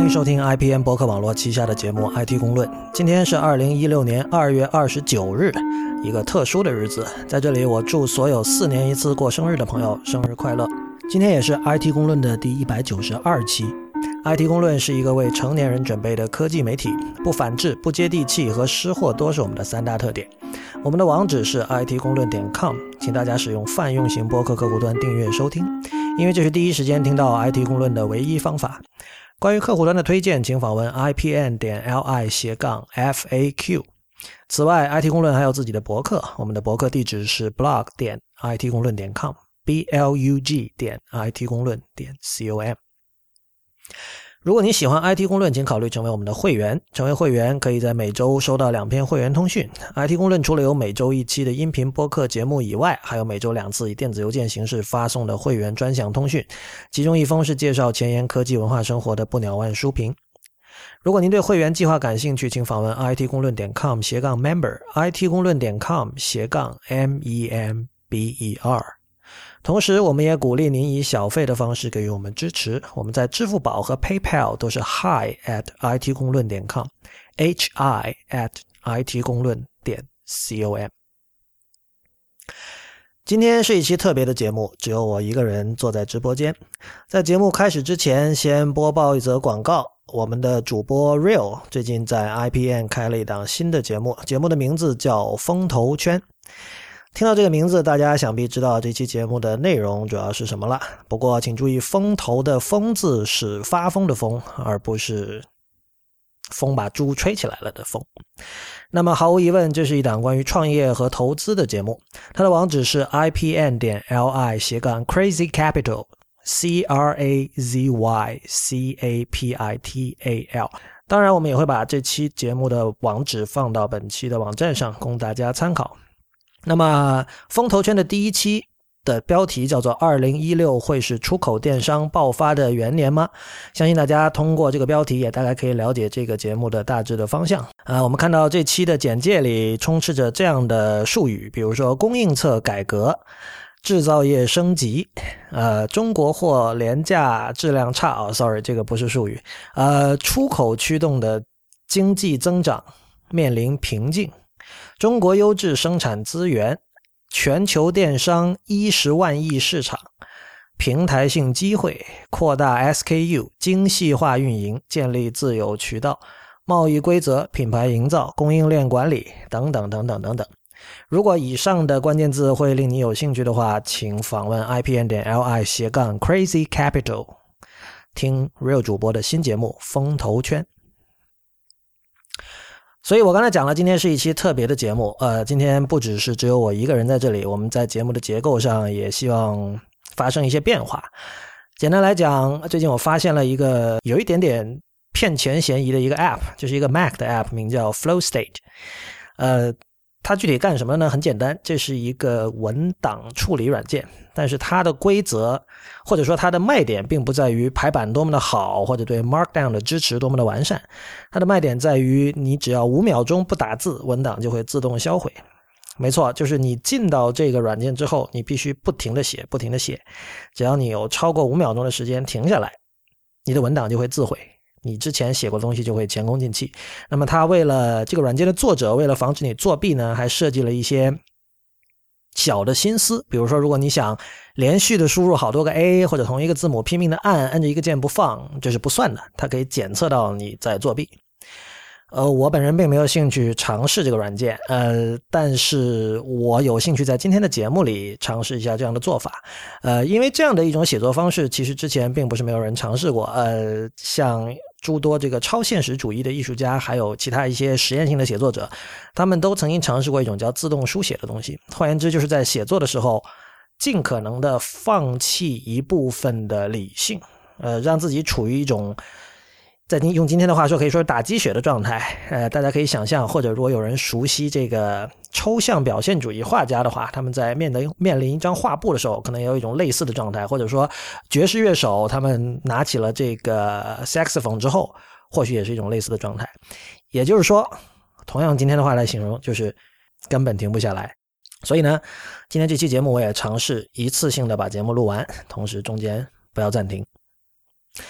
收听 IPN 博客网络旗下的节目 IT 公论。今天是2016年2月29日，一个特殊的日子。在这里我祝所有4年一次过生日的朋友生日快乐。今天也是 IT 公论的第192期。IT 公论是一个为成年人准备的科技媒体，不反制、不接地气和失货都是我们的3大特点。我们的网址是 it公论.com， 请大家使用泛用型播客客户端订阅收听，因为这是第一时间听到 IT 公论的唯一方法。关于客户端的推荐，请访问 ipn.li/FAQ。此外 IT 公论还有自己的博客，我们的博客地址是 blog.it公论.com blug.it公论.com。如果你喜欢 IT 公论，请考虑成为我们的会员。成为会员可以在每周收到2篇会员通讯。IT 公论除了有每周1期的音频播客节目以外，还有每周2次以电子邮件形式发送的会员专享通讯，其中一封是介绍前沿科技文化生活的不鸟万书评。如果您对会员计划感兴趣，请访问 it公论.com/member it公论.com/member。同时我们也鼓励您以小费的方式给予我们支持，我们在支付宝和 PayPal 都是 hi@it公论.com hi@it公论.com。 今天是一期特别的节目，只有我一个人坐在直播间。在节目开始之前，先播报一则广告。我们的主播 Real 最近在 IPN 开了一档新的节目，节目的名字叫风投圈。听到这个名字，大家想必知道这期节目的内容主要是什么了。不过请注意，风投的风字是发疯的疯，而不是风把猪吹起来了的风。那么毫无疑问，这是一档关于创业和投资的节目，它的网址是 ipn.li/crazycapital crazycapital。 当然我们也会把这期节目的网址放到本期的网站上供大家参考。那么风投圈的第一期的标题叫做2016会是出口电商爆发的元年吗？相信大家通过这个标题也大概可以了解这个节目的大致的方向。我们看到这期的简介里充斥着这样的术语，比如说供应侧改革、制造业升级、中国货廉价质量差sorry 这个不是术语，出口驱动的经济增长面临瓶颈，中国优质生产资源，全球电商10万亿市场，平台性机会，扩大 SKU， 精细化运营，建立自有渠道，贸易规则，品牌营造，供应链管理等等等等等等。如果以上的关键字会令你有兴趣的话，请访问 ipn.li/crazycapital 听 Real 主播的新节目风投圈。所以我刚才讲了，今天是一期特别的节目。今天不只是只有我一个人在这里，我们在节目的结构上也希望发生一些变化。简单来讲，最近我发现了一个有一点点骗钱嫌疑的一个 app， 就是一个 Mac 的 app， 名叫 FlowState。它具体干什么呢？很简单，这是一个文档处理软件，但是它的规则或者说它的卖点并不在于排版多么的好，或者对 Markdown 的支持多么的完善。它的卖点在于你只要5秒钟不打字，文档就会自动销毁。没错，就是你进到这个软件之后，你必须不停的写，不停的写，只要你有超过5秒钟的时间停下来，你的文档就会自毁，你之前写过的东西就会前功尽弃。那么他为了这个软件的作者为了防止你作弊呢，还设计了一些小的心思。比如说，如果你想连续的输入好多个 A， 或者同一个字母拼命的按着一个键不放，这是不算的，它可以检测到你在作弊。我本人并没有兴趣尝试这个软件，但是我有兴趣在今天的节目里尝试一下这样的做法。因为这样的一种写作方式其实之前并不是没有人尝试过，像诸多这个超现实主义的艺术家，还有其他一些实验性的写作者，他们都曾经尝试过一种叫自动书写的东西。换言之，就是在写作的时候尽可能的放弃一部分的理性，让自己处于一种在用今天的话说可以说是打鸡血的状态。大家可以想象，或者如果有人熟悉这个抽象表现主义画家的话，他们在面临一张画布的时候可能也有一种类似的状态，或者说爵士乐手他们拿起了这个 saxophone 之后或许也是一种类似的状态。也就是说，同样今天的话来形容，就是根本停不下来。所以呢，今天这期节目我也尝试一次性的把节目录完，同时中间不要暂停。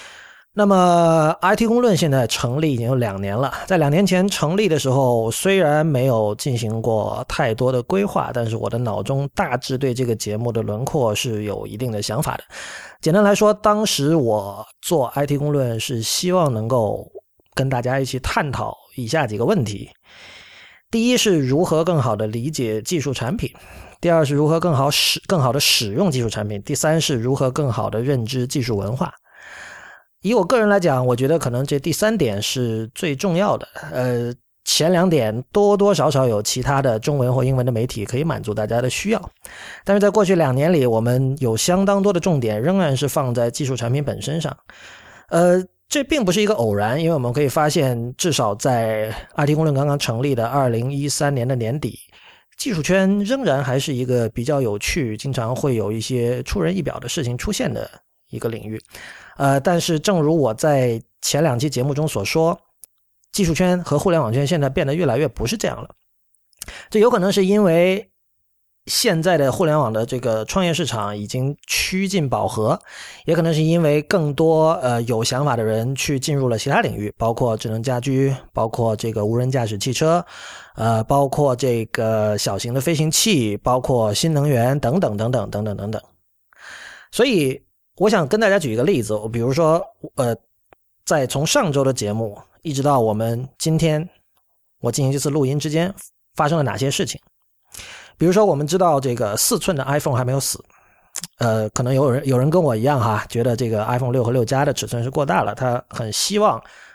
那么 IT 公论现在成立已经有2年了，在2年前成立的时候，虽然没有进行过太多的规划，但是我的脑中大致对这个节目的轮廓是有一定的想法的。简单来说，当时我做 IT 公论是希望能够跟大家一起探讨以下几个问题。第一是如何更好的理解技术产品，第二是如何更好的使用技术产品，第三是如何更好的认知技术文化。以我个人来讲，我觉得可能这第3点是最重要的。前2点多多少少有其他的中文或英文的媒体可以满足大家的需要，但是在过去2年里，我们有相当多的重点仍然是放在技术产品本身上。这并不是一个偶然，因为我们可以发现，至少在 IT 公论刚刚成立的2013年的年底，技术圈仍然还是一个比较有趣，经常会有一些出人意表的事情出现的一个领域。但是正如我在前2期节目中所说，技术圈和互联网圈现在变得越来越不是这样了。这有可能是因为现在的互联网的这个创业市场已经趋近饱和，也可能是因为更多有想法的人去进入了其他领域，包括智能家居，包括这个无人驾驶汽车，包括这个小型的飞行器，包括新能源等等等等等等等等。所以我想跟大家举一个例子，比如说在从上周的节目一直到我们今天我进行这次录音之间发生了哪些事情。比如说我们知道这个4寸的 iPhone 还没有死，可能有人跟我一样哈，觉得这个 iPhone 6和6加的尺寸是过大了，他很希望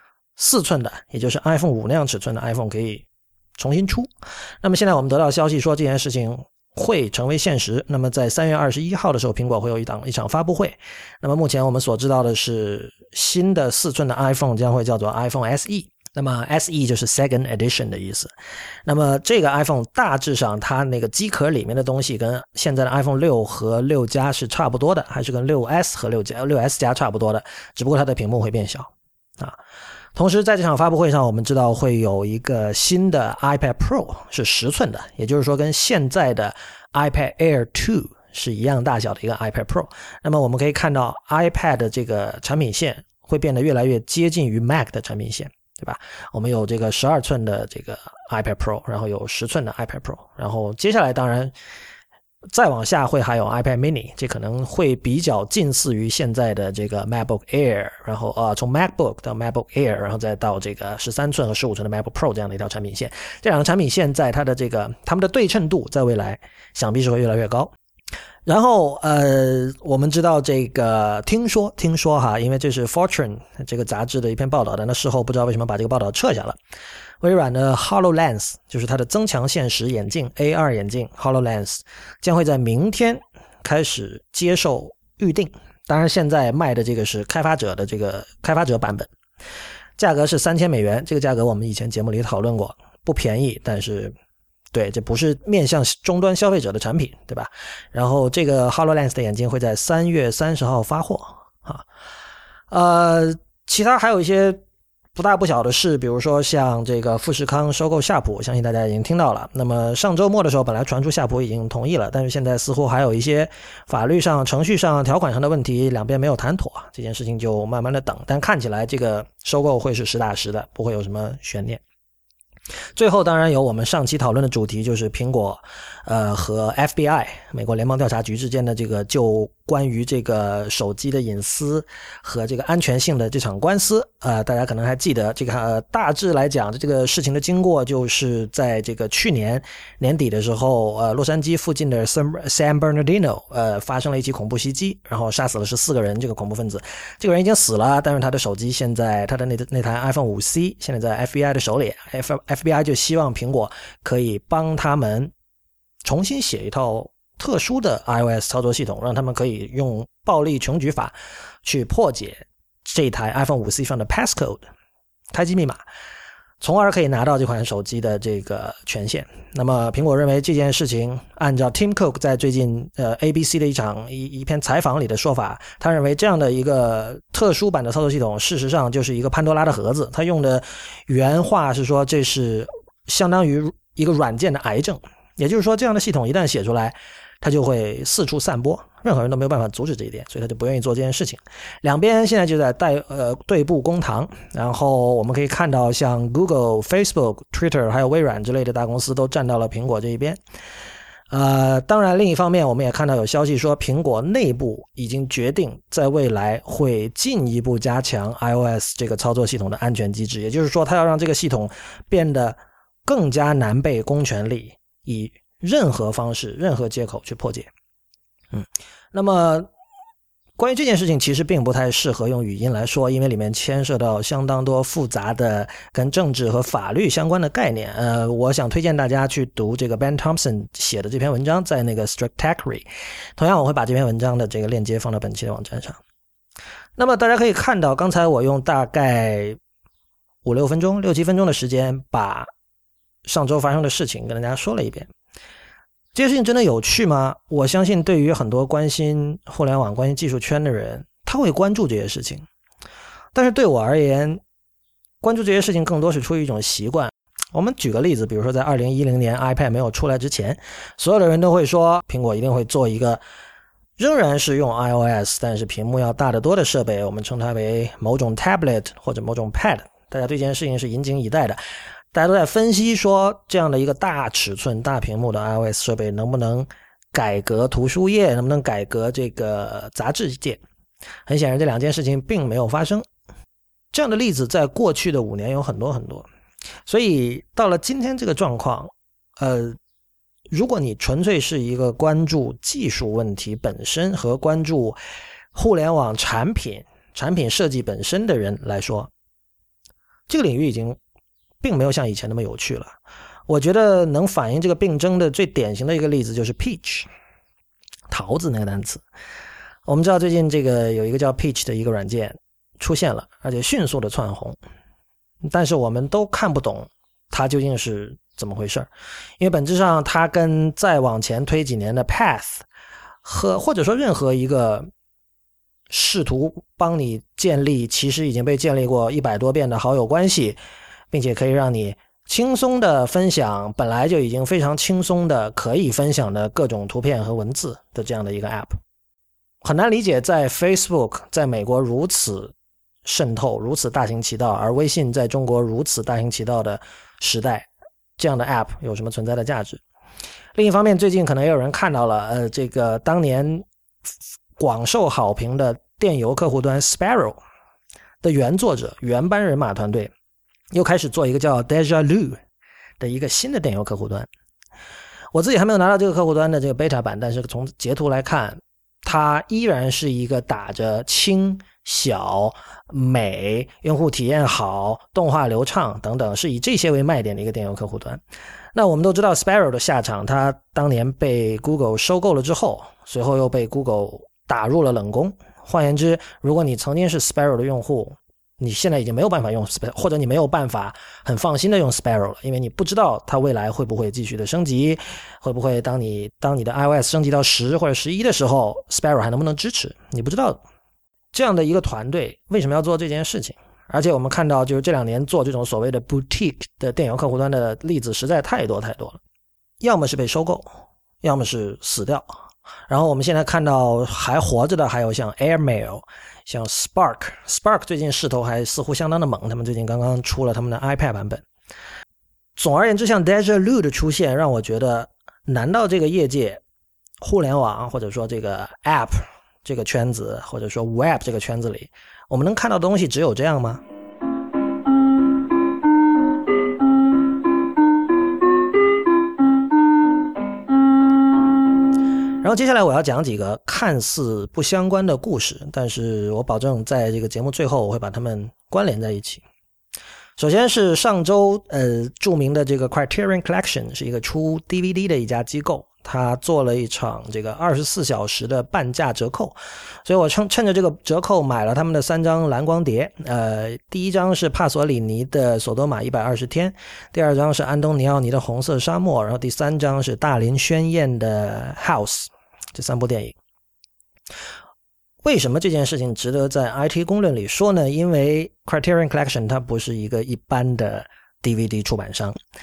4寸的，也就是 iPhone 5那样尺寸的 iPhone 可以重新出。那么现在我们得到消息说这件事情会成为现实，那么在3月21号的时候，苹果会有一场发布会。那么目前我们所知道的是，新的4寸的 iPhone 将会叫做 iPhone SE， 那么 SE 就是 Second Edition 的意思。那么这个 iPhone 大致上它那个机壳里面的东西跟现在的 iPhone 6和6加是差不多的，还是跟 6S 和 6S 加差不多的，只不过它的屏幕会变小啊。同时在这场发布会上，我们知道会有一个新的 iPad Pro 是10寸的，也就是说跟现在的 iPad Air 2是一样大小的一个 iPad Pro。那么我们可以看到 iPad 的这个产品线会变得越来越接近于 Mac 的产品线，对吧？我们有这个12寸的这个 iPad Pro， 然后有10寸的 iPad Pro， 然后接下来当然再往下会还有 iPad mini， 这可能会比较近似于现在的这个 MacBook Air， 然后从 MacBook 到 MacBook Air， 然后再到这个13寸和15寸的 MacBook Pro 这样的一条产品线。这两个产品线在它的这个它们的对称度在未来想必是会越来越高。然后我们知道这个听说哈，因为这是 Fortune 这个杂志的一篇报道的，那事后不知道为什么把这个报道撤下了。微软的 HoloLens 就是它的增强现实眼镜 AR 眼镜 HoloLens 将会在明天开始接受预定，当然现在卖的这个是开发者版本，价格是$3000，这个价格我们以前节目里讨论过，不便宜，但是对，这不是面向终端消费者的产品，对吧？然后这个 HoloLens 的眼镜会在3月30号发货啊。其他还有一些不大不小的事，比如说像这个富士康收购夏普，相信大家已经听到了。那么上周末的时候本来传出夏普已经同意了，但是现在似乎还有一些法律上、程序上、条款上的问题，两边没有谈妥，这件事情就慢慢的等，但看起来这个收购会是实打实的，不会有什么悬念。最后当然有我们上期讨论的主题，就是苹果和 FBI 美国联邦调查局之间的这个就关于这个手机的隐私和这个安全性的这场官司。大家可能还记得这个大致来讲这个事情的经过，就是在这个去年年底的时候，洛杉矶附近的 San Bernardino 发生了一起恐怖袭击，然后杀死了14个人，这个恐怖分子这个人已经死了，但是他的手机现在他的那台 iPhone 5C 现在在 FBI 的手里，FBI 就希望苹果可以帮他们重新写一套特殊的 iOS 操作系统，让他们可以用暴力穷举法去破解这台 iPhone 5C 上的 passcode 开机密码，从而可以拿到这款手机的这个权限。那么苹果认为这件事情，按照 Tim Cook 在最近ABC 的一篇采访里的说法，他认为这样的一个特殊版的操作系统事实上就是一个潘多拉的盒子，他用的原话是说这是相当于一个软件的癌症，也就是说这样的系统一旦写出来， 它就会四处散播，任何人都没有办法阻止这一点，所以他就不愿意做这件事情。两边现在就在对簿公堂，然后我们可以看到像 Google、Facebook、Twitter 还有微软之类的大公司都站到了苹果这一边。当然另一方面我们也看到有消息说苹果内部已经决定在未来会进一步加强 iOS 这个操作系统的安全机制，也就是说它要让这个系统变得更加难被公权力以任何方式任何接口去破解。那么关于这件事情其实并不太适合用语音来说，因为里面牵涉到相当多复杂的跟政治和法律相关的概念。我想推荐大家去读这个 Ben Thompson 写的这篇文章，在那个 Stratechery， 同样我会把这篇文章的这个链接放到本期的网站上。那么大家可以看到，刚才我用大概5-6分钟、6-7分钟的时间把上周发生的事情跟大家说了一遍。这些事情真的有趣吗？我相信对于很多关心互联网、关心技术圈的人，他会关注这些事情。但是对我而言，关注这些事情更多是出于一种习惯。我们举个例子，比如说在2010年 iPad 没有出来之前，所有的人都会说苹果一定会做一个仍然是用 iOS 但是屏幕要大得多的设备，我们称它为某种 tablet 或者某种 pad。 大家对这件事情是引颈以待的，大家都在分析说这样的一个大尺寸大屏幕的 iOS 设备能不能改革图书业，能不能改革这个杂志界。很显然这两件事情并没有发生。这样的例子在过去的5年有很多很多，所以到了今天这个状况，如果你纯粹是一个关注技术问题本身和关注互联网产品设计本身的人来说，这个领域已经并没有像以前那么有趣了。我觉得能反映这个病症的最典型的一个例子就是 Peach， 桃子那个单词。我们知道最近这个有一个叫 Peach 的一个软件出现了，而且迅速的窜红，但是我们都看不懂它究竟是怎么回事，因为本质上它跟再往前推几年的 Path 或者说任何一个试图帮你建立其实已经被建立过100多遍的好友关系，并且可以让你轻松的分享本来就已经非常轻松的可以分享的各种图片和文字的这样的一个 app。 很难理解在 Facebook 在美国如此渗透如此大行其道，而微信在中国如此大行其道的时代，这样的 app 有什么存在的价值。另一方面，最近可能也有人看到了这个当年广受好评的电邮客户端 Sparrow 的原作者原班人马团队又开始做一个叫 Deja-Lu 的一个新的电邮客户端。我自己还没有拿到这个客户端的这个 beta 版，但是从截图来看，它依然是一个打着轻、小、美、用户体验好、动画流畅等等，是以这些为卖点的一个电邮客户端。那我们都知道 Sparrow 的下场，它当年被 Google 收购了之后，随后又被 Google 打入了冷宫。换言之，如果你曾经是 Sparrow 的用户，你现在已经没有办法用 Sparrow， 或者你没有办法很放心的用 Sparrow 了，因为你不知道它未来会不会继续的升级，会不会当你的 iOS 升级到10或者11的时候 Sparrow 还能不能支持，你不知道。这样的一个团队为什么要做这件事情？而且我们看到就是这2年做这种所谓的 boutique 的电邮客户端的例子实在太多太多了，要么是被收购，要么是死掉。然后我们现在看到还活着的还有像 Airmail， 像 Spark 最近势头还似乎相当的猛，他们最近刚刚出了他们的 iPad 版本。总而言之，像 Deja-Lu 的出现让我觉得，难道这个业界互联网或者说这个 App 这个圈子，或者说 Web 这个圈子里，我们能看到的东西只有这样吗？然后接下来我要讲几个看似不相关的故事，但是我保证在这个节目最后我会把它们关联在一起。首先是上周著名的这个 Criterion Collection 是一个出 DVD 的一家机构，他做了一场这个24小时的半价折扣，所以我趁着这个折扣买了他们的3张蓝光碟。第一张是帕索里尼的索多玛120天，第二张是安东尼奥尼的红色沙漠，然后第3张是大林宣彦的 House。这3部电影为什么这件事情值得在 IT 公论里说呢？因为 Criterion Collection 它不是一个一般的 DVD 出版商，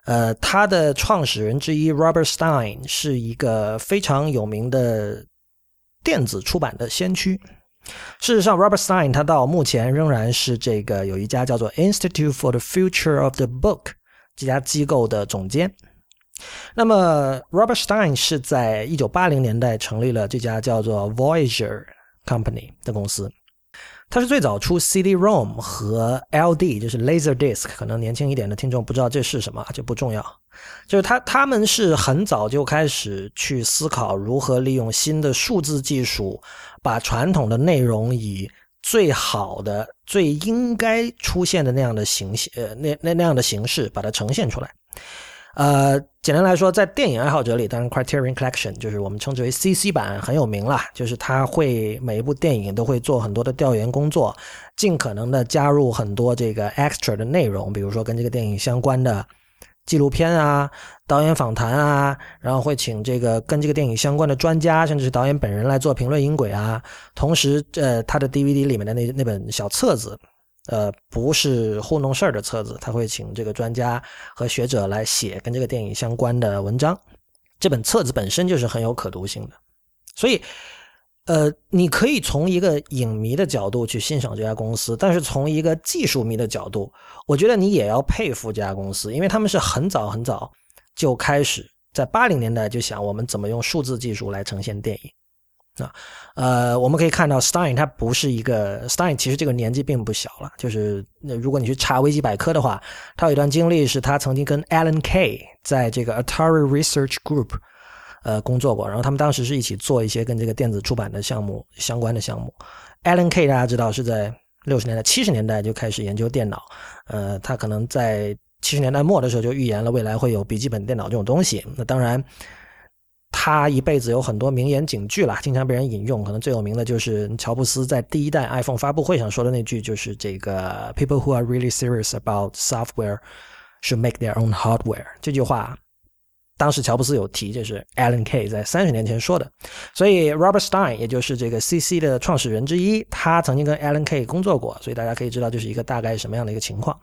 他的创始人之一 Robert Stein 是一个非常有名的电子出版的先驱。事实上 Robert Stein 他到目前仍然是这个有一家叫做 Institute for the Future of the Book 这家机构的总监。那么 Robert Stein 是在1980年代成立了这家叫做 Voyager Company 的公司。他是最早出 CD-ROM 和 LD 就是 Laserdisc， 可能年轻一点的听众不知道这是什么，这不重要。就是他们是很早就开始去思考如何利用新的数字技术，把传统的内容以最好的、最应该出现的那样的形式把它呈现出来。简单来说，在电影爱好者里，当然 Criterion Collection 就是我们称之为 CC 版很有名啦，就是它会每一部电影都会做很多的调研工作，尽可能的加入很多这个 extra 的内容，比如说跟这个电影相关的纪录片啊、导演访谈啊，然后会请这个跟这个电影相关的专家，甚至是导演本人来做评论音轨啊。同时他的 DVD 里面的那本小册子不是糊弄事儿的册子，他会请这个专家和学者来写跟这个电影相关的文章。这本册子本身就是很有可读性的，所以你可以从一个影迷的角度去欣赏这家公司，但是从一个技术迷的角度，我觉得你也要佩服这家公司，因为他们是很早很早就开始在80年代就想我们怎么用数字技术来呈现电影。我们可以看到 Stein 他不是一个 Stein 其实这个年纪并不小了，就是如果你去查维基百科的话，他有一段经历是他曾经跟 Alan Kay 在这个 Atari Research Group工作过，然后他们当时是一起做一些跟这个电子出版的项目相关的项目。Alan Kay 大家知道是在60年代70年代就开始研究电脑，他可能在70年代末的时候就预言了未来会有笔记本电脑这种东西。那当然他一辈子有很多名言警句啦，经常被人引用，可能最有名的就是乔布斯在第一代 iPhone 发布会上说的那句，就是这个 People who are really serious about software should make their own hardware。 这句话当时乔布斯有提，这是 Alan Kay 在30年前说的。所以 Robert Stein 也就是这个 CC 的创始人之一，他曾经跟 Alan Kay 工作过，所以大家可以知道这是一个大概什么样的一个情况。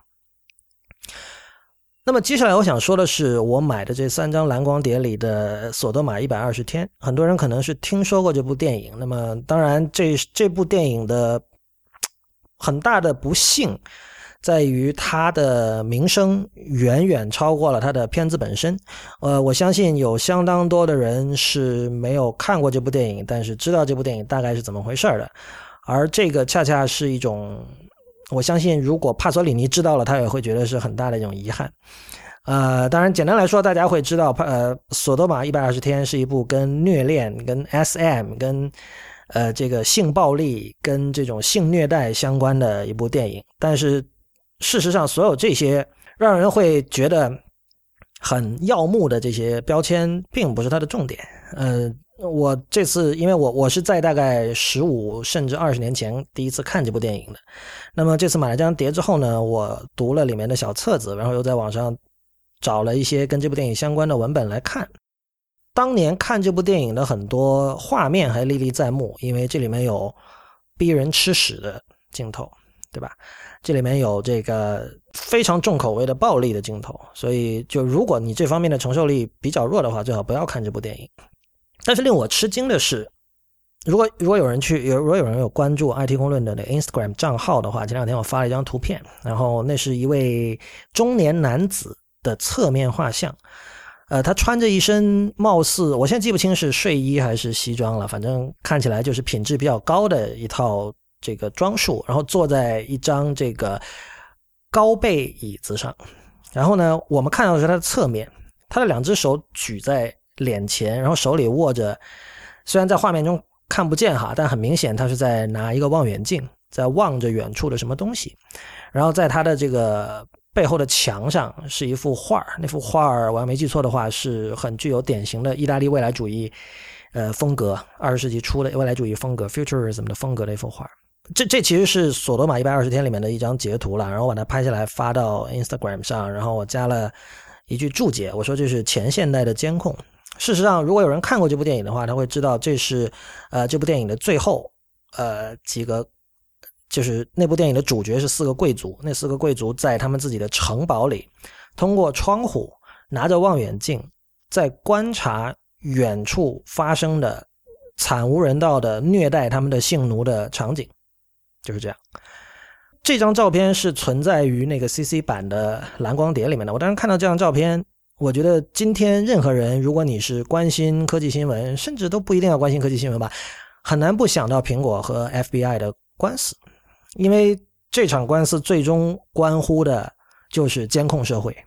那么接下来我想说的是，我买的这3张蓝光碟里的索多玛120天，很多人可能是听说过这部电影。那么当然这部电影的很大的不幸在于它的名声远远超过了它的片子本身。我相信有相当多的人是没有看过这部电影，但是知道这部电影大概是怎么回事的。而这个恰恰是一种，我相信如果帕索里尼知道了，他也会觉得是很大的一种遗憾。当然简单来说，大家会知道索多玛120天是一部跟虐恋、跟 SM、跟这个性暴力、跟这种性虐待相关的一部电影。但是事实上所有这些让人会觉得很耀目的这些标签并不是它的重点。我这次因为我是在大概15甚至20年前第一次看这部电影的，那么这次买了这张碟之后呢，我读了里面的小册子，然后又在网上找了一些跟这部电影相关的文本来看。当年看这部电影的很多画面还历历在目，因为这里面有逼人吃屎的镜头，对吧？这里面有这个非常重口味的暴力的镜头，所以就如果你这方面的承受力比较弱的话，最好不要看这部电影。但是令我吃惊的是，如果有人有关注 IT 公论的那个 Instagram 账号的话，前2天我发了一张图片，然后那是一位中年男子的侧面画像。他穿着一身貌似，我现在记不清是睡衣还是西装了，反正看起来就是品质比较高的一套这个装束，然后坐在一张这个高背椅子上。然后呢，我们看到的是他的侧面，他的2只手举在脸前，然后手里握着，虽然在画面中看不见哈，但很明显他是在拿一个望远镜在望着远处的什么东西。然后在他的这个背后的墙上是一幅画，那幅画我要没记错的话是很具有典型的意大利未来主义风格，20世纪初的未来主义风格 futurism 的风格的一幅画。这其实是索多玛120天里面的一张截图了，然后我把它拍下来发到 Instagram 上，然后我加了一句注解，我说这是前现代的监控。事实上如果有人看过这部电影的话，他会知道这是这部电影的最后几个，就是那部电影的主角是4个贵族，那4个贵族在他们自己的城堡里通过窗户拿着望远镜在观察远处发生的惨无人道的虐待他们的性奴的场景，就是这样。这张照片是存在于那个 CC 版的蓝光碟里面的。我当时看到这张照片，我觉得今天任何人，如果你是关心科技新闻，甚至都不一定要关心科技新闻吧，很难不想到苹果和 FBI 的官司，因为这场官司最终关乎的就是监控社会。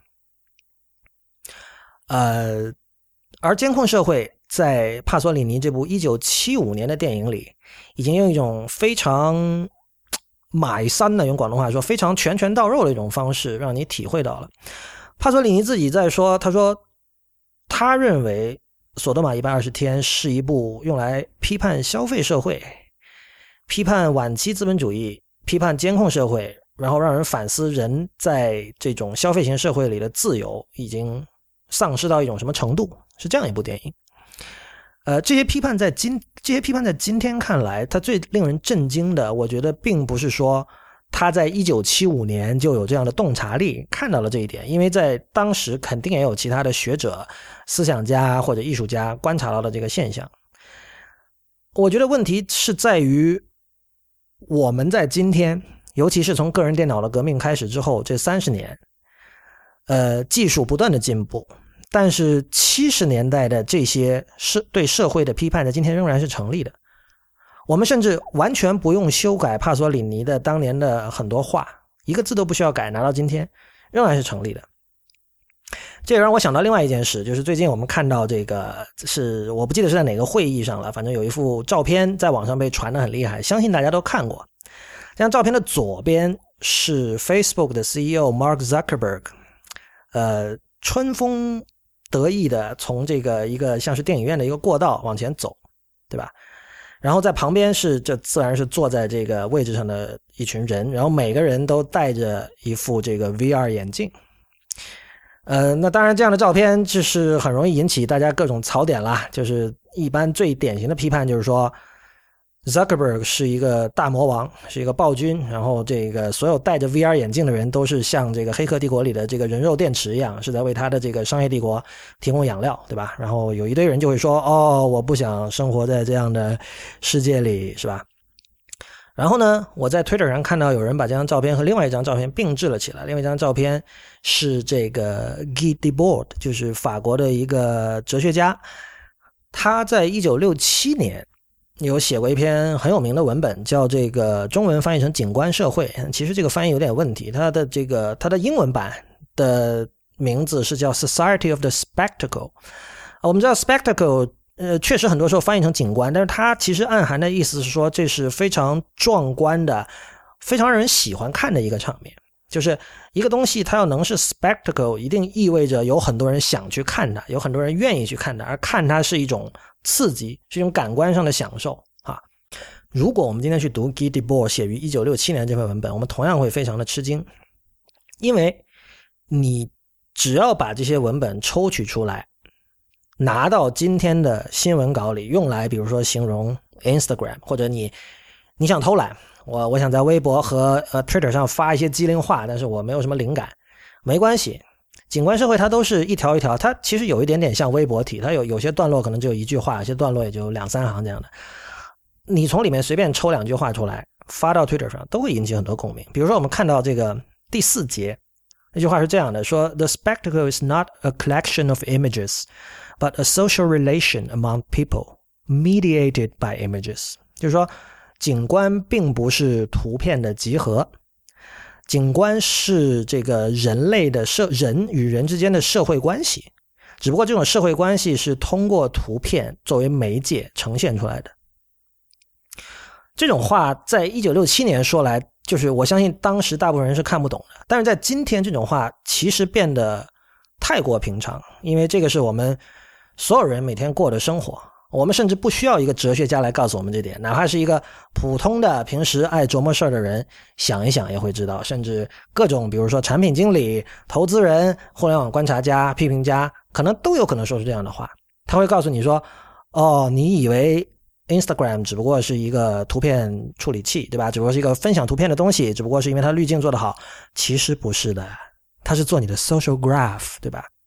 而监控社会在帕索里尼这部1975年的电影里，已经用一种非常买三的，用广东话说非常拳拳到肉的一种方式让你体会到了。帕索里尼自己在说，他说他认为索多玛120天是一部用来批判消费社会、批判晚期资本主义、批判监控社会，然后让人反思人在这种消费型社会里的自由已经丧失到一种什么程度，是这样一部电影。这些批判在今天看来，它最令人震惊的，我觉得并不是说他在1975年就有这样的洞察力看到了这一点，因为在当时肯定也有其他的学者、思想家或者艺术家观察到了这个现象。我觉得问题是在于我们在今天，尤其是从个人电脑的革命开始之后这30年，技术不断的进步，但是70年代的这些对社会的批判在今天仍然是成立的。我们甚至完全不用修改帕索里尼的当年的很多话，一个字都不需要改，拿到今天仍然是成立的。这也让我想到另外一件事，就是最近我们看到这个是我不记得是在哪个会议上了，反正有一幅照片在网上被传得很厉害，相信大家都看过。这张照片的左边是 Facebook 的 CEO Mark Zuckerberg， 春风得意的从这个一个像是电影院的一个过道往前走，对吧？然后在旁边这自然是坐在这个位置上的一群人，然后每个人都戴着一副这个 VR 眼镜。那当然这样的照片就是很容易引起大家各种槽点啦，就是一般最典型的批判就是说 Zuckerberg 是一个大魔王，是一个暴君，然后这个所有戴着 VR 眼镜的人都是像这个黑客帝国里的这个人肉电池一样，是在为他的这个商业帝国提供养料，对吧？然后有一堆人就会说，我不想生活在这样的世界里，是吧？然后呢，我在 Twitter 上看到有人把这张照片和另外一张照片并置了起来。另外一张照片是这个 Guy Debord， 就是法国的一个哲学家，他在1967年有写过一篇很有名的文本，叫这个中文翻译成景观社会。其实这个翻译有点问题，它的英文版的名字是叫 Society of the Spectacle。我们知道 Spectacle确实很多时候翻译成景观，但是它其实暗含的意思是说这是非常壮观的，非常让人喜欢看的一个场面。就是一个东西它要能是 spectacle， 一定意味着有很多人想去看它，有很多人愿意去看它，而看它是一种刺激，是一种感官上的享受啊。如果我们今天去读 Guy Debord 写于1967年这篇文本，我们同样会非常的吃惊，因为你只要把这些文本抽取出来，拿到今天的新闻稿里用来比如说形容 Instagram， 或者你想偷懒，我想在微博和Twitter 上发一些机灵话，但是我没有什么灵感，没关系，景观社会它都是一条一条，它其实有一点点像微博体，它有些段落可能只有一句话，有些段落也就2-3行这样的，你从里面随便抽2句话出来发到 Twitter 上都会引起很多共鸣。比如说我们看到这个第4节，那句话是这样的，说 The spectacle is not a collection of images but a social relation among people mediated by images， 就是说景观并不是图片的集合，景观是这个人类的人与人之间的社会关系，只不过这种社会关系是通过图片作为媒介呈现出来的。这种话在1967年说来，就是我相信当时大部分人是看不懂的，但是在今天这种话其实变得太过平常，因为这个是我们所有人每天过的生活，我们甚至不需要一个哲学家来告诉我们这点，哪怕是一个普通的平时爱琢磨事儿的人想一想也会知道，甚至各种比如说产品经理、投资人、互联网观察家、批评家可能都有可能说出这样的话。他会告诉你说，你以为 Instagram 只不过是一个图片处理器，对吧？只不过是一个分享图片的东西，只不过是因为它滤镜做得好，其实不是的，它是做你的 social graph， 对吧？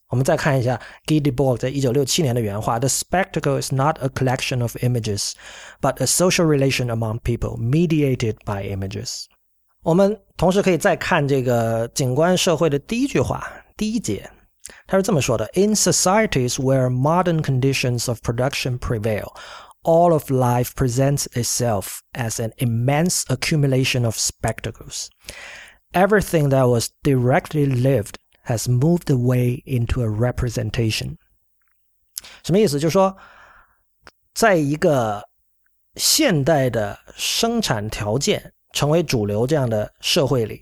我们再看一下 Guy Debord 在1967年的原话 The spectacle is not a collection of images, but a social relation among people, mediated by images. 我们同时可以再看这个景观社会的第一句话，第一节，他是这么说的 In societies where modern conditions of production prevail, all of life presents itself as an immense accumulation of spectacles. Everything that was directly lived has moved away into a representation. 什么意思？就是说在一个现代的生产条件成为主流这样的社会里，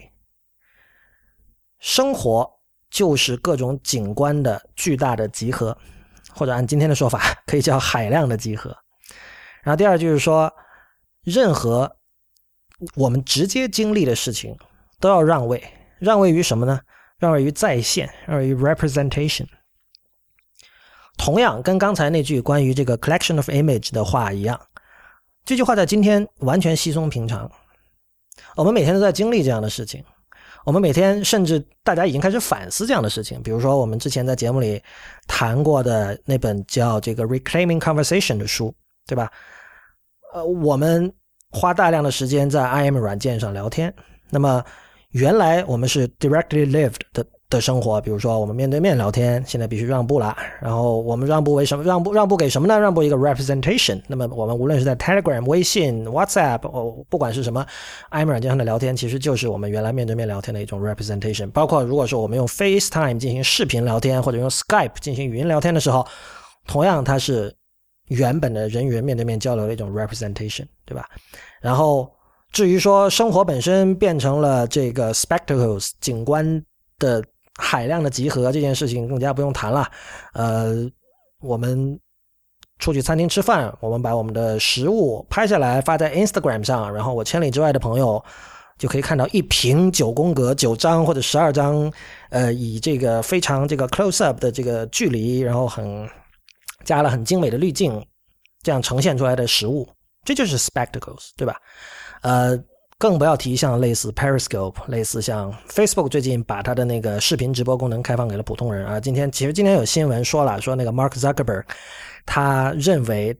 生活就是各种景观的巨大的集合，或者按今天的说法可以叫海量的集合。然后第二就是说，任何我们直接经历的事情都要让位，让位于什么呢？让位于再现，让位于 representation。 同样跟刚才那句关于这个 collection of image 的话一样，这句话在今天完全稀松平常，我们每天都在经历这样的事情，我们每天甚至大家已经开始反思这样的事情。比如说我们之前在节目里谈过的那本叫这个 Reclaiming Conversation 的书，对吧？我们花大量的时间在 IM 软件上聊天，那么原来我们是 directly lived 的生活，比如说我们面对面聊天，现在必须让步了，然后我们让步为什么？让步给什么呢？让步一个 representation。 那么我们无论是在 Telegram、 微信、 WhatsApp， 不管是什么 IM 软件上的聊天，其实就是我们原来面对面聊天的一种 representation。 包括如果说我们用 FaceTime 进行视频聊天，或者用 Skype 进行语音聊天的时候，同样它是原本的人与人面对面交流的一种 representation， 对吧？然后至于说生活本身变成了这个 spectacles 景观的海量的集合，这件事情更加不用谈了。我们出去餐厅吃饭，我们把我们的食物拍下来发在 Instagram 上，然后我千里之外的朋友就可以看到一屏9宫格9张或者12张以这个非常这个 close up 的这个距离，然后加了很精美的滤镜，这样呈现出来的食物，这就是 spectacles， 对吧？更不要提像类似 Periscope， 类似像 Facebook 最近把它的那个视频直播功能开放给了普通人啊。其实今天有新闻说了，说那个 Mark Zuckerberg 他认为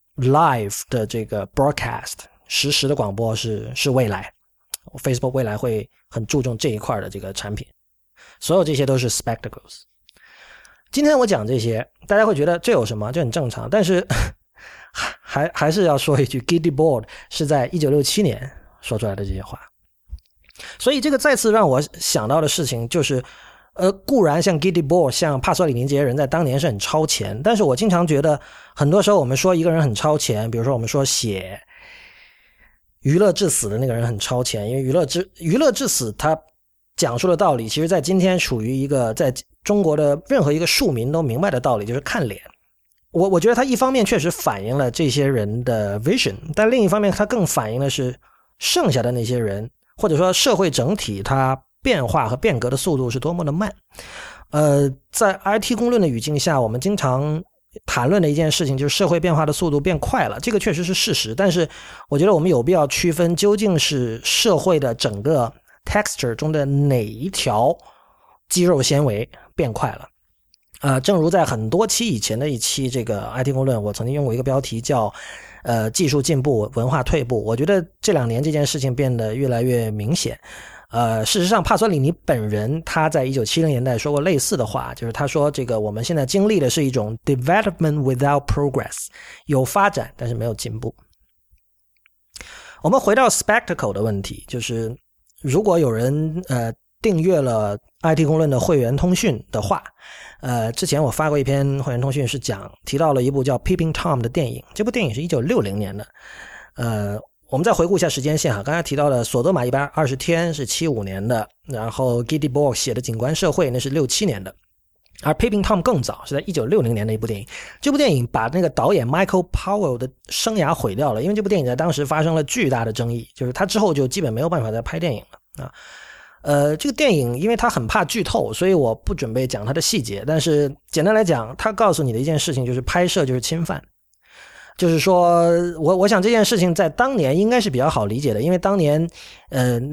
live 的这个 broadcast 实时的广播是未来， Facebook 未来会很注重这一块的这个产品，所有这些都是 spectacles。 今天我讲这些大家会觉得这有什么，这很正常，但是还是要说一句 Guy Debord 是在1967年说出来的这些话。所以这个再次让我想到的事情就是固然像 Guy Debord 像帕索里尼这些人在当年是很超前，但是我经常觉得很多时候我们说一个人很超前，比如说我们说写娱乐至死的那个人很超前，因为娱乐至死他讲述的道理其实在今天属于一个在中国的任何一个庶民都明白的道理，就是看脸。我觉得他一方面确实反映了这些人的 vision， 但另一方面他更反映的是剩下的那些人，或者说社会整体它变化和变革的速度是多么的慢。在 IT 公论的语境下，我们经常谈论的一件事情就是社会变化的速度变快了，这个确实是事实，但是我觉得我们有必要区分究竟是社会的整个 texture 中的哪一条肌肉纤维变快了。正如在很多期以前的一期这个 IT 公论，我曾经用过一个标题叫技术进步文化退步，我觉得这2年这件事情变得越来越明显。事实上帕索里尼本人他在1970年代说过类似的话，就是他说这个我们现在经历的是一种 development without progress， 有发展但是没有进步。我们回到 spectacle 的问题，就是如果有人订阅了 IT 公论的会员通讯的话，之前我发过一篇会员通讯是提到了一部叫 Peeping Tom 的电影，这部电影是1960年的。我们再回顾一下时间线哈，刚才提到的索多玛120天是75年的，然后 Guy Debord 写的景观社会那是67年的，而 Peeping Tom 更早，是在1960年的一部电影。这部电影把那个导演 Michael Powell 的生涯毁掉了，因为这部电影在当时发生了巨大的争议，就是他之后就基本没有办法再拍电影了啊。这个电影因为他很怕剧透，所以我不准备讲他的细节，但是简单来讲，他告诉你的一件事情就是拍摄就是侵犯。就是说我想这件事情在当年应该是比较好理解的，因为当年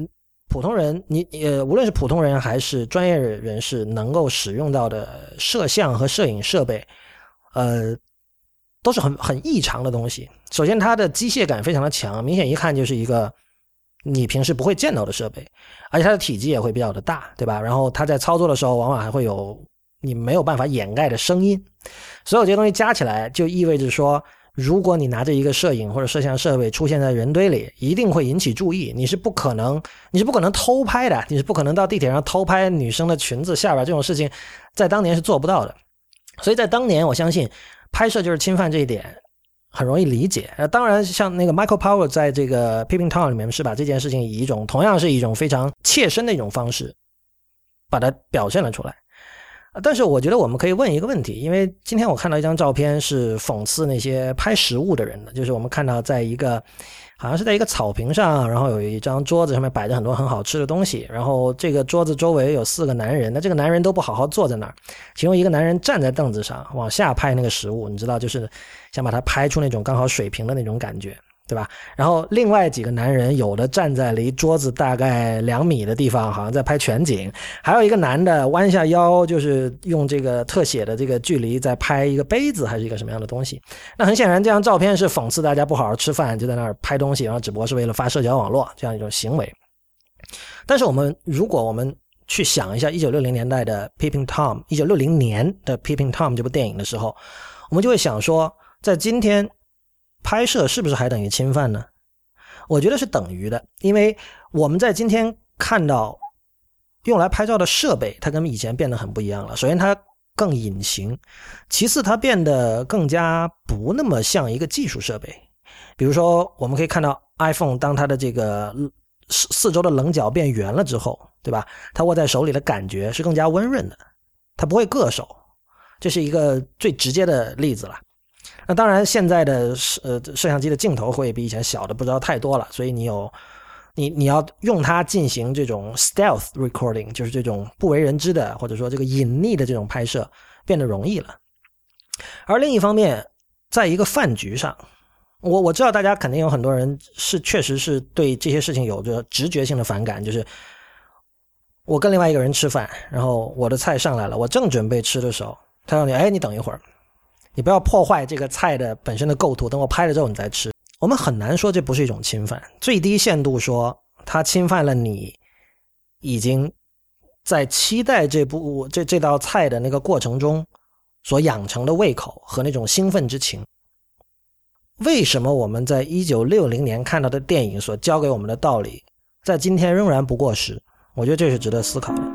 普通人，无论是普通人还是专业人士能够使用到的摄像和摄影设备，都是很异常的东西。首先，它的机械感非常的强，明显一看就是一个你平时不会见到的设备，而且它的体积也会比较的大，对吧？然后它在操作的时候，往往还会有你没有办法掩盖的声音。所有这些东西加起来，就意味着说，如果你拿着一个摄影或者摄像设备出现在人堆里，一定会引起注意。你是不可能偷拍的，你是不可能到地铁上偷拍女生的裙子下边，这种事情在当年是做不到的。所以在当年，我相信拍摄就是侵犯这一点很容易理解。当然，像那个 Michael Powell 在这个 Peeping Tom 里面是把这件事情以同样是一种非常切身的一种方式把它表现了出来。但是我觉得我们可以问一个问题，因为今天我看到一张照片是讽刺那些拍食物的人的，就是我们看到好像是在一个草坪上，然后有一张桌子上面摆着很多很好吃的东西，然后这个桌子周围有4个男人，那这个男人都不好好坐在那儿，其中一个男人站在凳子上往下拍那个食物，你知道，就是想把它拍出那种刚好水平的那种感觉，对吧？然后另外几个男人有的站在离桌子大概2米的地方，好像在拍全景，还有一个男的弯下腰，就是用这个特写的这个距离在拍一个杯子还是一个什么样的东西。那很显然这张照片是讽刺大家不好好吃饭就在那儿拍东西，然后只不过是为了发社交网络这样一种行为。但是如果我们去想一下1960年代的 Peeping Tom， 1960年的 Peeping Tom 这部电影的时候，我们就会想说，在今天拍摄是不是还等于侵犯呢？我觉得是等于的，因为我们在今天看到用来拍照的设备，它跟以前变得很不一样了。首先它更隐形，其次它变得更加不那么像一个技术设备。比如说我们可以看到 iPhone 当它的这个四周的棱角变圆了之后，对吧？它握在手里的感觉是更加温润的，它不会硌手，这是一个最直接的例子了。那当然现在的摄像机的镜头会比以前小的不知道太多了，所以你要用它进行这种 stealth recording， 就是这种不为人知的或者说这个隐匿的这种拍摄变得容易了。而另一方面，在一个饭局上，我知道大家肯定有很多人确实是对这些事情有着直觉性的反感，就是我跟另外一个人吃饭，然后我的菜上来了，我正准备吃的时候，他说你等一会儿，你不要破坏这个菜的本身的构图，等我拍了之后你再吃。我们很难说这不是一种侵犯，最低限度说它侵犯了你已经在期待这道菜的那个过程中所养成的胃口和那种兴奋之情。为什么我们在1960年看到的电影所教给我们的道理，在今天仍然不过时？我觉得这是值得思考的。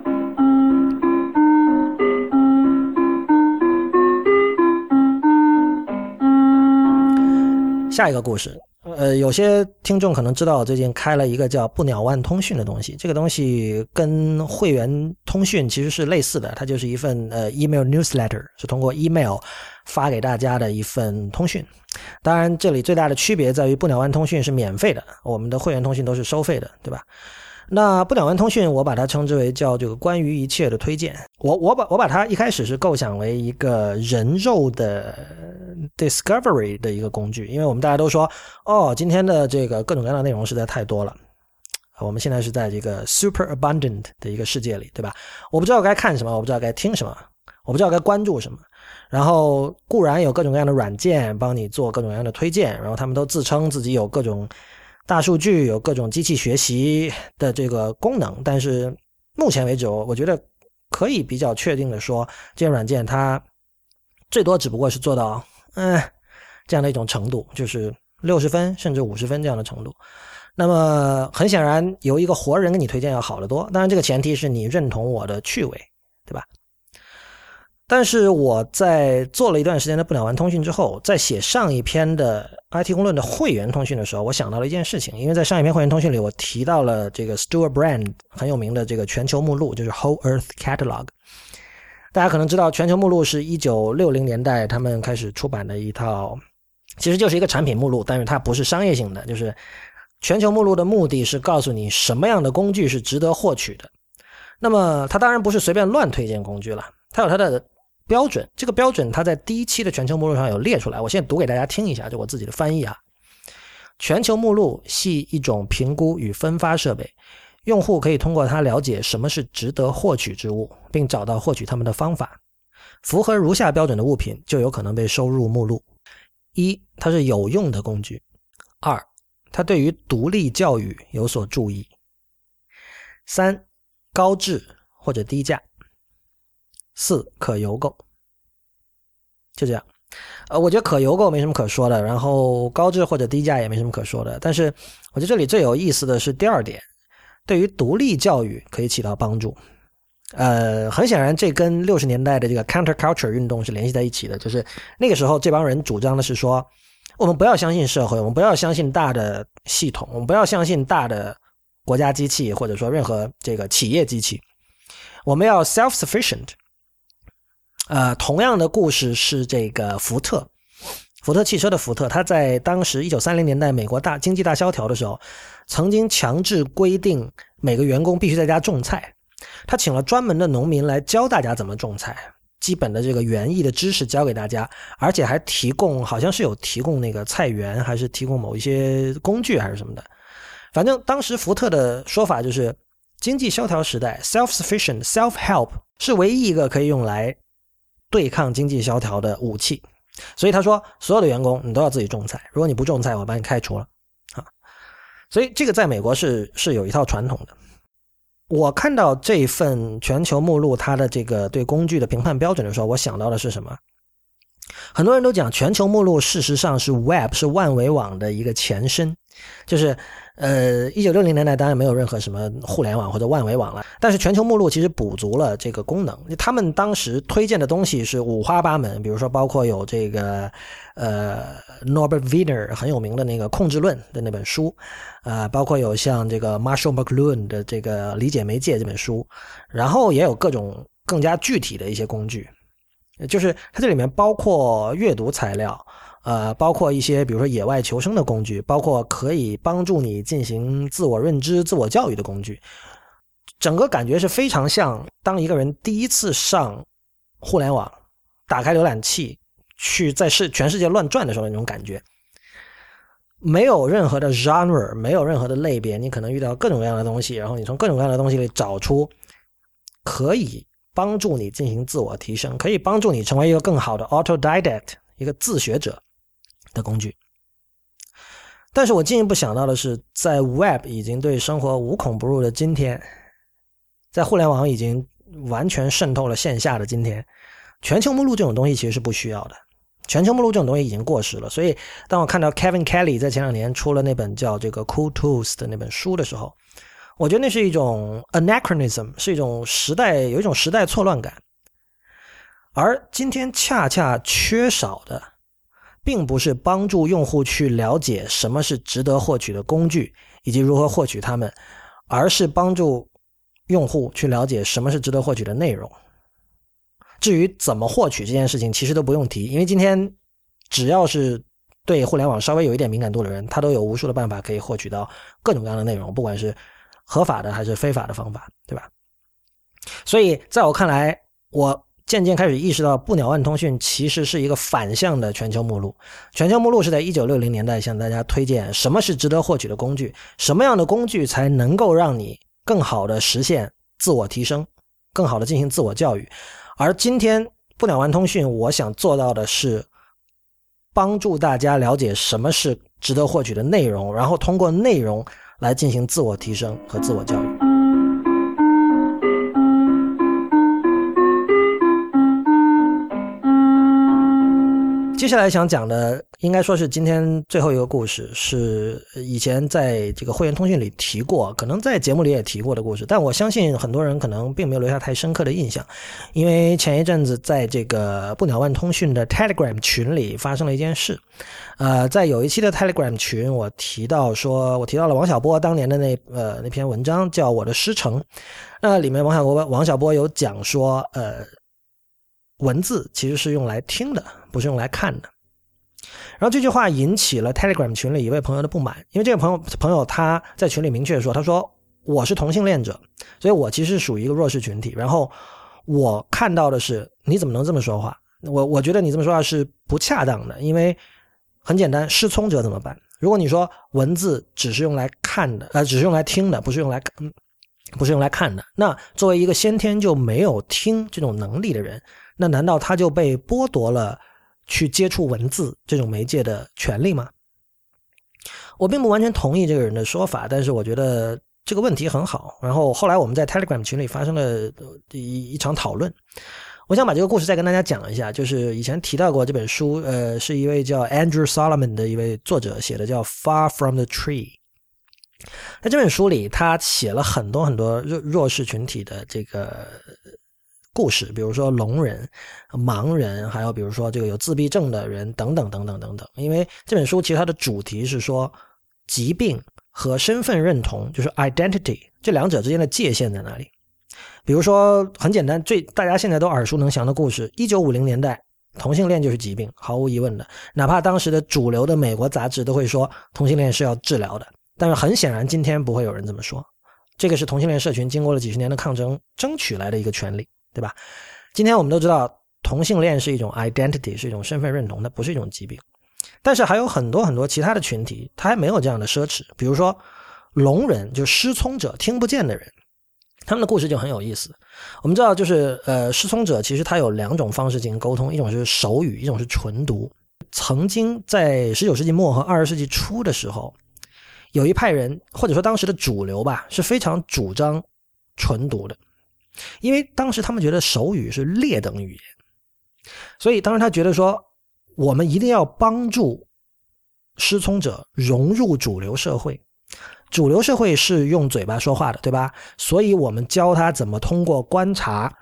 下一个故事，有些听众可能知道我最近开了一个叫不鸟万通讯的东西，这个东西跟会员通讯其实是类似的，它就是一份email newsletter， 是通过 email 发给大家的一份通讯。当然这里最大的区别在于不鸟万通讯是免费的，我们的会员通讯都是收费的，对吧？那不鸟万通讯我把它称之为叫这个关于一切的推荐。我把它一开始是构想为一个人肉的 discovery 的一个工具，因为我们大家都说今天的这个各种各样的内容实在太多了，我们现在是在这个 super abundant 的一个世界里，对吧？我不知道该看什么，我不知道该听什么，我不知道该关注什么，然后固然有各种各样的软件帮你做各种各样的推荐，然后他们都自称自己有各种大数据，有各种机器学习的这个功能，但是目前为止我觉得可以比较确定的说，这些软件它最多只不过是做到这样的一种程度，就是60分甚至50分这样的程度。那么很显然由一个活人给你推荐要好得多，当然这个前提是你认同我的趣味，对吧？但是我在做了一段时间的不鸟万通讯之后，在写上一篇的 IT 公论的会员通讯的时候，我想到了一件事情，因为在上一篇会员通讯里我提到了这个 Stewart Brand 很有名的这个全球目录，就是 Whole Earth Catalog。 大家可能知道全球目录是1960年代他们开始出版的一套，其实就是一个产品目录，但是它不是商业性的，就是全球目录的目的是告诉你什么样的工具是值得获取的。那么它当然不是随便乱推荐工具了，它有它的标准，这个标准它在第一期的全球目录上有列出来，我现在读给大家听一下，就我自己的翻译啊。全球目录系一种评估与分发设备， 用户可以通过它了解什么是值得获取之物，并找到获取它们的方法。符合如下标准的物品就有可能被收入目录：一、它是有用的工具；二、它对于独立教育有所注意；三、高质或者低价；四、可邮购。就这样。我觉得可邮购没什么可说的，然后高质或者低价也没什么可说的。但是我觉得这里最有意思的是第二点，对于独立教育可以起到帮助。很显然这跟60年代的这个 counterculture 运动是联系在一起的，就是那个时候这帮人主张的是说，我们不要相信社会，我们不要相信大的系统，我们不要相信大的国家机器或者说任何这个企业机器，我们要 self-sufficient。同样的故事是这个福特汽车的福特，他在当时1930年代美国经济大萧条的时候，曾经强制规定每个员工必须在家种菜。他请了专门的农民来教大家怎么种菜，基本的这个园艺的知识教给大家，而且还好像是有提供那个菜园，还是提供某一些工具还是什么的。反正当时福特的说法就是，经济萧条时代 self-sufficient self-help 是唯一一个可以用来对抗经济萧条的武器。所以他说所有的员工你都要自己种菜，如果你不种菜我把你开除了所以这个在美国是有一套传统的。我看到这份全球目录它的这个对工具的评判标准的时候，我想到的是什么？很多人都讲全球目录事实上是 Web 是万维网的一个前身，就是1960年代当然没有任何什么互联网或者万维网了，但是全球目录其实补足了这个功能。他们当时推荐的东西是五花八门，比如说包括有这个Norbert Wiener 很有名的那个控制论的那本书，包括有像这个 Marshall McLuhan 的这个理解媒介这本书，然后也有各种更加具体的一些工具，就是它这里面包括阅读材料，包括一些比如说野外求生的工具，包括可以帮助你进行自我认知、自我教育的工具。整个感觉是非常像当一个人第一次上互联网，打开浏览器去在全世界乱转的时候那种感觉。没有任何的 genre， 没有任何的类别，你可能遇到各种各样的东西，然后你从各种各样的东西里找出可以帮助你进行自我提升，可以帮助你成为一个更好的 autodidact， 一个自学者的工具。但是我进一步想到的是，在 Web 已经对生活无孔不入的今天，在互联网已经完全渗透了线下的今天，全球目录这种东西其实是不需要的。全球目录这种东西已经过时了，所以当我看到 Kevin Kelly 在前2年出了那本叫这个 Cool Tools 的那本书的时候，我觉得那是一种 anachronism， 是有一种时代错乱感。而今天恰恰缺少的并不是帮助用户去了解什么是值得获取的工具以及如何获取它们，而是帮助用户去了解什么是值得获取的内容。至于怎么获取这件事情其实都不用提，因为今天只要是对互联网稍微有一点敏感度的人，他都有无数的办法可以获取到各种各样的内容，不管是合法的还是非法的方法，对吧？所以在我看来，我渐渐开始意识到不鸟万通讯其实是一个反向的全球目录。全球目录是在1960年代向大家推荐什么是值得获取的工具，什么样的工具才能够让你更好的实现自我提升，更好的进行自我教育。而今天不鸟万通讯我想做到的是帮助大家了解什么是值得获取的内容，然后通过内容来进行自我提升和自我教育。接下来想讲的应该说是今天最后一个故事，是以前在这个会员通讯里提过，可能在节目里也提过的故事，但我相信很多人可能并没有留下太深刻的印象，因为前一阵子在这个不鸟万通讯的 Telegram 群里发生了一件事。在有一期的 Telegram 群，我提到了王小波当年的那篇文章叫《我的师承》，里面王小波有讲说文字其实是用来听的，不是用来看的。然后这句话引起了 Telegram 群里一位朋友的不满，因为这个朋友他在群里明确说，他说我是同性恋者，所以我其实属于一个弱势群体，然后我看到的是你怎么能这么说话，我觉得你这么说话是不恰当的，因为很简单，失聪者怎么办？如果你说文字只是用来看的，只是用来听的，不是用来不是用来看的。那作为一个先天就没有听这种能力的人，那难道他就被剥夺了去接触文字这种媒介的权利吗？我并不完全同意这个人的说法，但是我觉得这个问题很好。然后后来我们在 Telegram 群里发生了一场讨论，我想把这个故事再跟大家讲一下。就是以前提到过这本书，是一位叫 Andrew Solomon 的一位作者写的，叫 Far from the Tree。在这本书里，他写了很多很多弱势群体的这个故事，比如说聋人、盲人，还有比如说这个有自闭症的人等等等等等等。因为这本书其实它的主题是说疾病和身份认同，就是 identity 这两者之间的界限在哪里。比如说很简单，大家现在都耳熟能详的故事，1950年代同性恋就是疾病，毫无疑问的。哪怕当时的主流的美国杂志都会说同性恋是要治疗的，但是很显然今天不会有人这么说。这个是同性恋社群经过了几十年的抗争争取来的一个权利，对吧？今天我们都知道同性恋是一种 identity， 是一种身份认同，它不是一种疾病。但是还有很多很多其他的群体，他还没有这样的奢侈。比如说聋人，就失聪者，听不见的人，他们的故事就很有意思。我们知道就是失聪者其实他有两种方式进行沟通，一种是手语，一种是纯读。曾经在19世纪末和20世纪初的时候，有一派人，或者说当时的主流吧，是非常主张纯读的。因为当时他们觉得手语是劣等语言，所以当时他觉得说我们一定要帮助失聪者融入主流社会。主流社会是用嘴巴说话的，对吧？所以我们教他怎么通过观察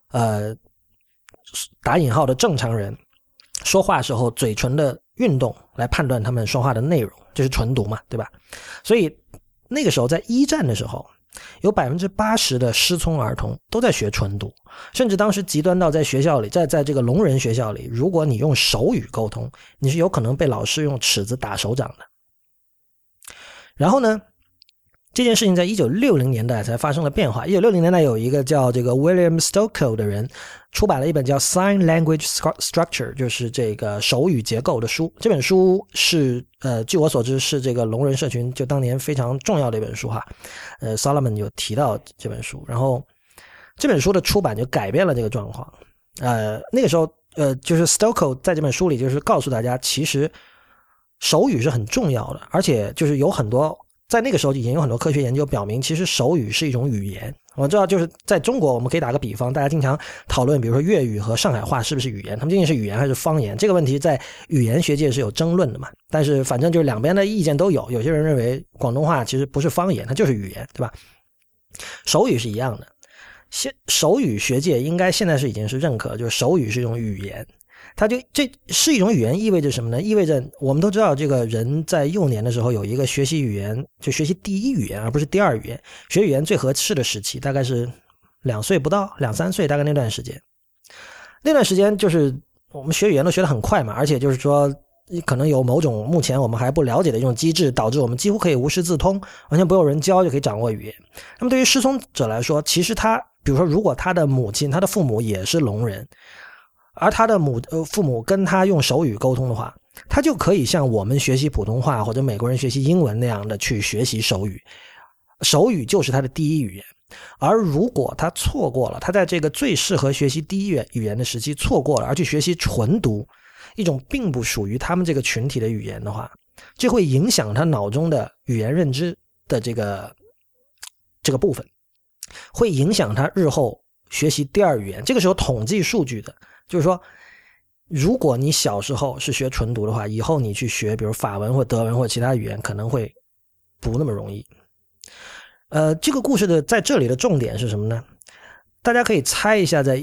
打引号的正常人说话时候嘴唇的运动来判断他们说话的内容，这是纯读嘛，对吧？所以那个时候在一战的时候，有 80% 的失聪儿童都在学纯读，甚至当时极端到在学校里，在这个聋人学校里，如果你用手语沟通，你是有可能被老师用尺子打手掌的。然后呢，这件事情在1960年代才发生了变化。1960年代有一个叫这个 William Stokoe 的人出版了一本叫 Sign Language Structure， 就是这个手语结构的书。这本书是据我所知是这个聋人社群就当年非常重要的一本书哈。Solomon 有提到这本书，然后这本书的出版就改变了这个状况。那个时候就是 Stokoe 在这本书里就是告诉大家，其实手语是很重要的，而且就是有很多在那个时候已经有很多科学研究表明，其实手语是一种语言。我知道就是在中国我们可以打个比方，大家经常讨论比如说粤语和上海话是不是语言，他们究竟是语言还是方言，这个问题在语言学界是有争论的嘛。但是反正就是两边的意见都有，有些人认为广东话其实不是方言，它就是语言，对吧？手语是一样的，手语学界应该现在是已经是认可，就是手语是一种语言。它就这是一种语言意味着什么呢？意味着我们都知道这个人在幼年的时候有一个学习语言，就学习第一语言而不是第二语言。学语言最合适的时期大概是2岁不到2、3岁，大概那段时间。那段时间就是我们学语言都学得很快嘛，而且就是说可能有某种目前我们还不了解的一种机制，导致我们几乎可以无师自通，完全不用人教就可以掌握语言。那么对于失聪者来说，其实他比如说如果他的母亲他的父母也是聋人，而他的父母跟他用手语沟通的话，他就可以像我们学习普通话或者美国人学习英文那样的去学习手语。手语就是他的第一语言。而如果他错过了，他在这个最适合学习第一语言的时期错过了，而去学习纯读一种并不属于他们这个群体的语言的话，这会影响他脑中的语言认知的这个部分，会影响他日后学习第二语言。这个是有统计数据的，就是说如果你小时候是学纯读的话，以后你去学比如法文或德文或其他语言可能会不那么容易。这个故事的在这里的重点是什么呢？大家可以猜一下，在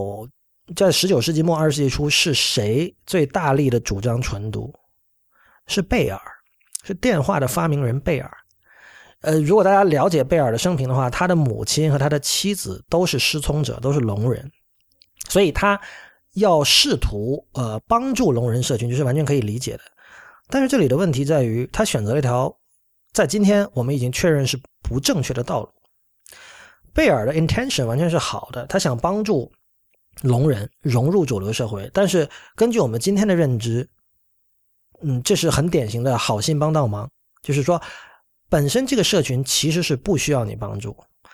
19世纪末20世纪初是谁最大力的主张纯读？是贝尔，是电话的发明人贝尔。如果大家了解贝尔的生平的话，他的母亲和他的妻子都是失聪者，都是聋人，所以他要试图帮助聋人社群，就是完全可以理解的。但是这里的问题在于，他选择了一条在今天我们已经确认是不正确的道路。贝尔的 intention 完全是好的，他想帮助聋人融入主流社会，但是根据我们今天的认知，这是很典型的好心帮倒忙，就是说本身这个社群其实是不需要你帮助，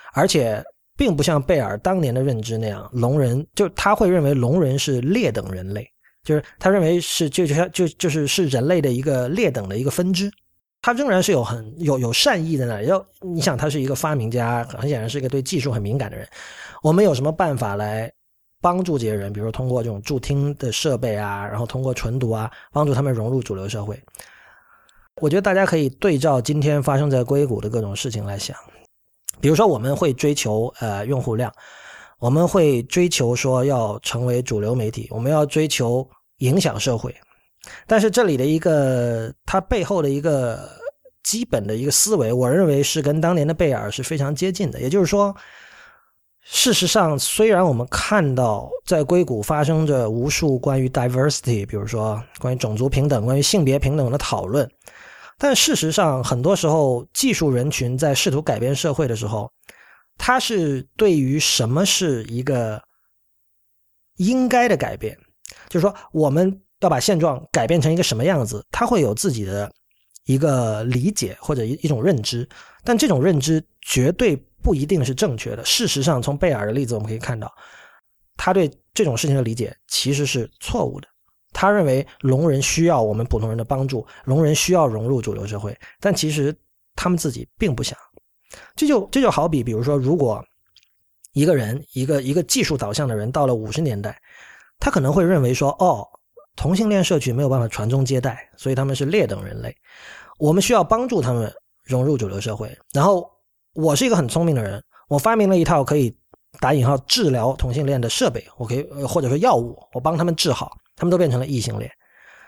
而且并不像贝尔当年的认知那样，龙人就他会认为龙人是劣等人类，就是他认为是就是人类的一个劣等的一个分支。他仍然是有善意的呢。你想他是一个发明家，很显然是一个对技术很敏感的人。我们有什么办法来帮助这些人？比如说通过这种助听的设备啊，然后通过纯读啊，帮助他们融入主流社会。我觉得大家可以对照今天发生在硅谷的各种事情来想。比如说我们会追求用户量，我们会追求说要成为主流媒体，我们要追求影响社会。但是这里的它背后的一个基本的一个思维，我认为是跟当年的贝尔是非常接近的。也就是说，事实上虽然我们看到在硅谷发生着无数关于 diversity， 比如说关于种族平等、关于性别平等的讨论，但事实上很多时候技术人群在试图改变社会的时候，他是对于什么是一个应该的改变，就是说我们要把现状改变成一个什么样子，他会有自己的一个理解或者一种认知，但这种认知绝对不一定是正确的。事实上从贝尔的例子我们可以看到，他对这种事情的理解其实是错误的。他认为聋人需要我们普通人的帮助，聋人需要融入主流社会，但其实他们自己并不想。这就好比如说，如果一个人一个技术导向的人到了50年代，他可能会认为说，同性恋社群没有办法传宗接代，所以他们是劣等人类，我们需要帮助他们融入主流社会。然后我是一个很聪明的人，我发明了一套可以打引号治疗同性恋的设备，我可以或者说药物，我帮他们治好，他们都变成了异性恋。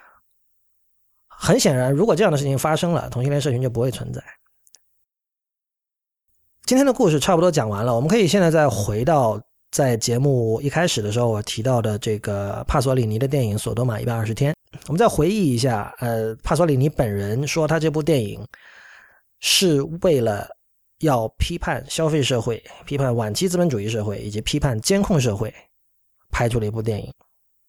很显然，如果这样的事情发生了，同性恋社群就不会存在。今天的故事差不多讲完了，我们可以现在再回到在节目一开始的时候我提到的这个帕索里尼的电影《索多玛120天》，我们再回忆一下，帕索里尼本人说他这部电影是为了要批判消费社会、批判晚期资本主义社会以及批判监控社会拍出了一部电影。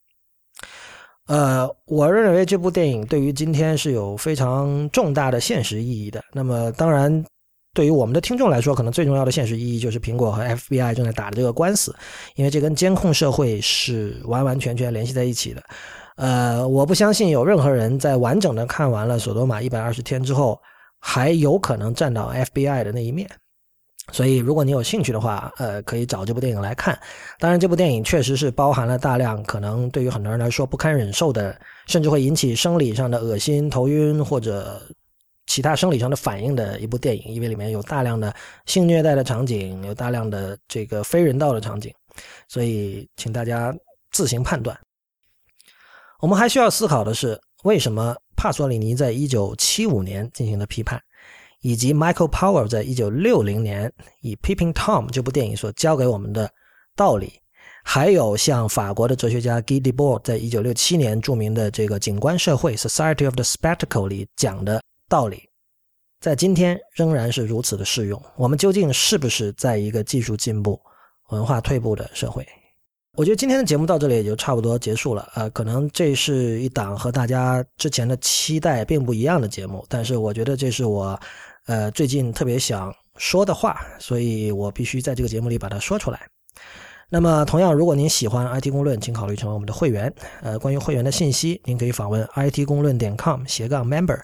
我认为这部电影对于今天是有非常重大的现实意义的。那么当然对于我们的听众来说，可能最重要的现实意义就是苹果和 FBI 正在打的这个官司，因为这跟监控社会是完完全全联系在一起的。我不相信有任何人在完整的看完了索多玛120天之后还有可能站到 FBI 的那一面。所以如果你有兴趣的话，可以找这部电影来看。当然这部电影确实是包含了大量可能对于很多人来说不堪忍受的，甚至会引起生理上的恶心、头晕或者其他生理上的反应的一部电影，因为里面有大量的性虐待的场景，有大量的这个非人道的场景，所以请大家自行判断。我们还需要思考的是，为什么帕索里尼在1975年进行了批判，以及 Michael Powell 在1960年以 Peeping Tom 这部电影所教给我们的道理，还有像法国的哲学家 Guy Debord 在1967年著名的这个景观社会 Society of the Spectacle 里讲的道理，在今天仍然是如此的适用。我们究竟是不是在一个技术进步、文化退步的社会？我觉得今天的节目到这里也就差不多结束了。可能这是一档和大家之前的期待并不一样的节目，但是我觉得这是我最近特别想说的话，所以我必须在这个节目里把它说出来。那么同样，如果您喜欢 IT 公论，请考虑成为我们的会员。关于会员的信息，您可以访问 it公论.com/member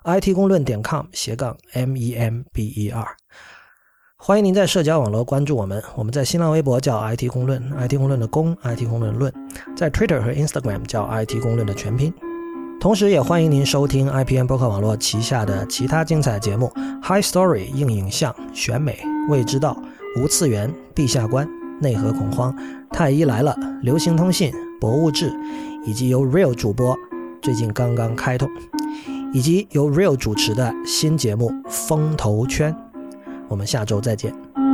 it公论.com/member。欢迎您在社交网络关注我们，我们在新浪微博叫 IT 公论 IT 公论的公 IT 公论论，在 Twitter 和 Instagram 叫 IT 公论的全拼。同时也欢迎您收听 IPN 播客网络旗下的其他精彩节目 High Story 硬影像、选美、未知道、无次元、陛下观、内核恐慌、太医来了、流行通信、博物志，以及由 Real 主播最近刚刚开通，以及由 Real 主持的新节目风投圈。我们下周再见。